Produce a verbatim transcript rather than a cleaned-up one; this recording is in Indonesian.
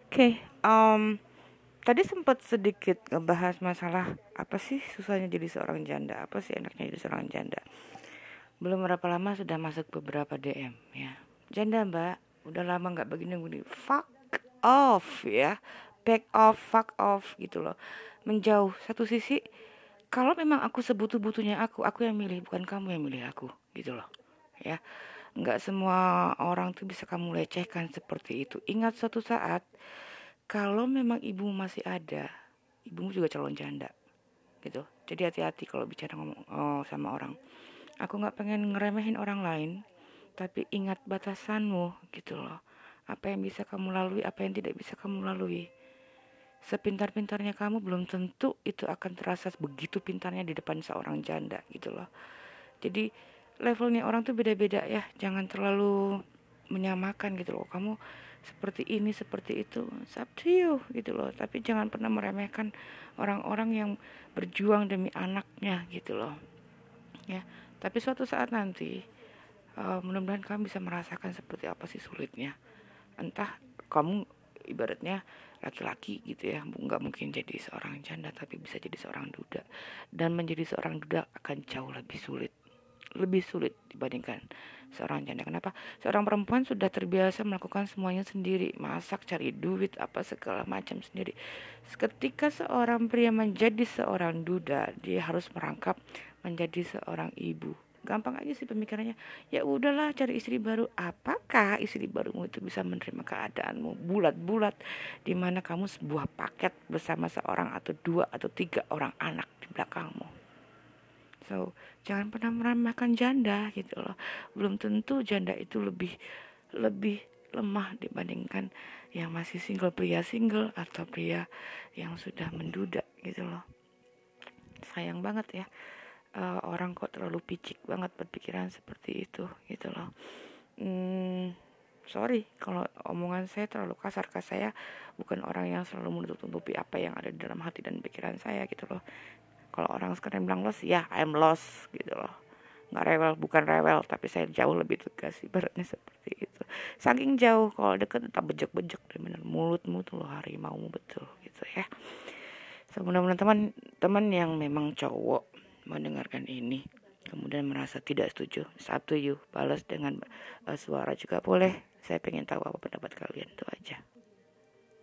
Oke, um, tadi sempat sedikit ngebahas masalah apa sih susahnya jadi seorang janda, apa sih enaknya jadi seorang janda. Belum berapa lama sudah masuk beberapa D M ya. Janda mbak, udah lama nggak begini-begini. Fuck off ya, back off, fuck off gitu loh. Menjauh satu sisi, kalau memang aku sebutuh-butuhnya aku, aku yang milih, bukan kamu yang milih aku gitu loh. Ya, nggak semua orang tuh bisa kamu lecehkan seperti itu. Ingat suatu saat, kalau memang ibumu masih ada, ibumu juga calon janda gitu. Jadi hati-hati kalau bicara ngomong oh, sama orang. Aku nggak pengen ngeremehin orang lain, tapi ingat batasanmu gitu loh. Apa yang bisa kamu lalui, apa yang tidak bisa kamu lalui. Sepintar-pintarnya kamu belum tentu itu akan terasa begitu pintarnya di depan seorang janda gitu loh. Jadi levelnya orang tuh beda-beda ya. Jangan terlalu menyamakan gitu loh. Kamu seperti ini, seperti itu. It's up to you gitu loh. Tapi jangan pernah meremehkan orang-orang yang berjuang demi anaknya gitu loh. Ya. Tapi suatu saat nanti uh, mudah-mudahan kamu bisa merasakan seperti apa sih sulitnya. Entah kamu ibaratnya laki-laki gitu ya, nggak mungkin jadi seorang janda tapi bisa jadi seorang duda, dan menjadi seorang duda akan jauh lebih sulit, lebih sulit dibandingkan seorang janda. Kenapa? Seorang perempuan sudah terbiasa melakukan semuanya sendiri, masak, cari duit, apa segala macam sendiri. Ketika seorang pria menjadi seorang duda, dia harus merangkap menjadi seorang ibu. Gampang aja sih pemikirannya. Ya udahlah, cari istri baru. Apakah istri barumu itu bisa menerima keadaanmu bulat-bulat, di mana kamu sebuah paket bersama seorang atau dua atau tiga orang anak di belakangmu. So, jangan pernah meremehkan janda gitu loh. Belum tentu janda itu lebih lebih lemah dibandingkan yang masih single, pria single atau pria yang sudah menduda gitu loh. Sayang banget ya, uh, orang kok terlalu picik banget berpikiran seperti itu gitu loh. Hmm, sorry kalau omongan saya terlalu kasar, karena saya bukan orang yang selalu menutup-tutupi apa yang ada di dalam hati dan pikiran saya gitu loh. Kalau orang sekarang bilang lost, ya I'm lost gitu loh. Nggak rewel, bukan rewel, tapi saya jauh lebih tegas, ibaratnya seperti itu. Saking jauh, kalau deket tetap bejek-bejek, bener mulutmu tuh loh harimaumu betul gitu ya. So, mudah-mudahan teman-teman yang memang cowok mendengarkan ini kemudian merasa tidak setuju, it's up to you, balas dengan uh, suara juga boleh. Saya pengen tahu apa pendapat kalian, itu aja.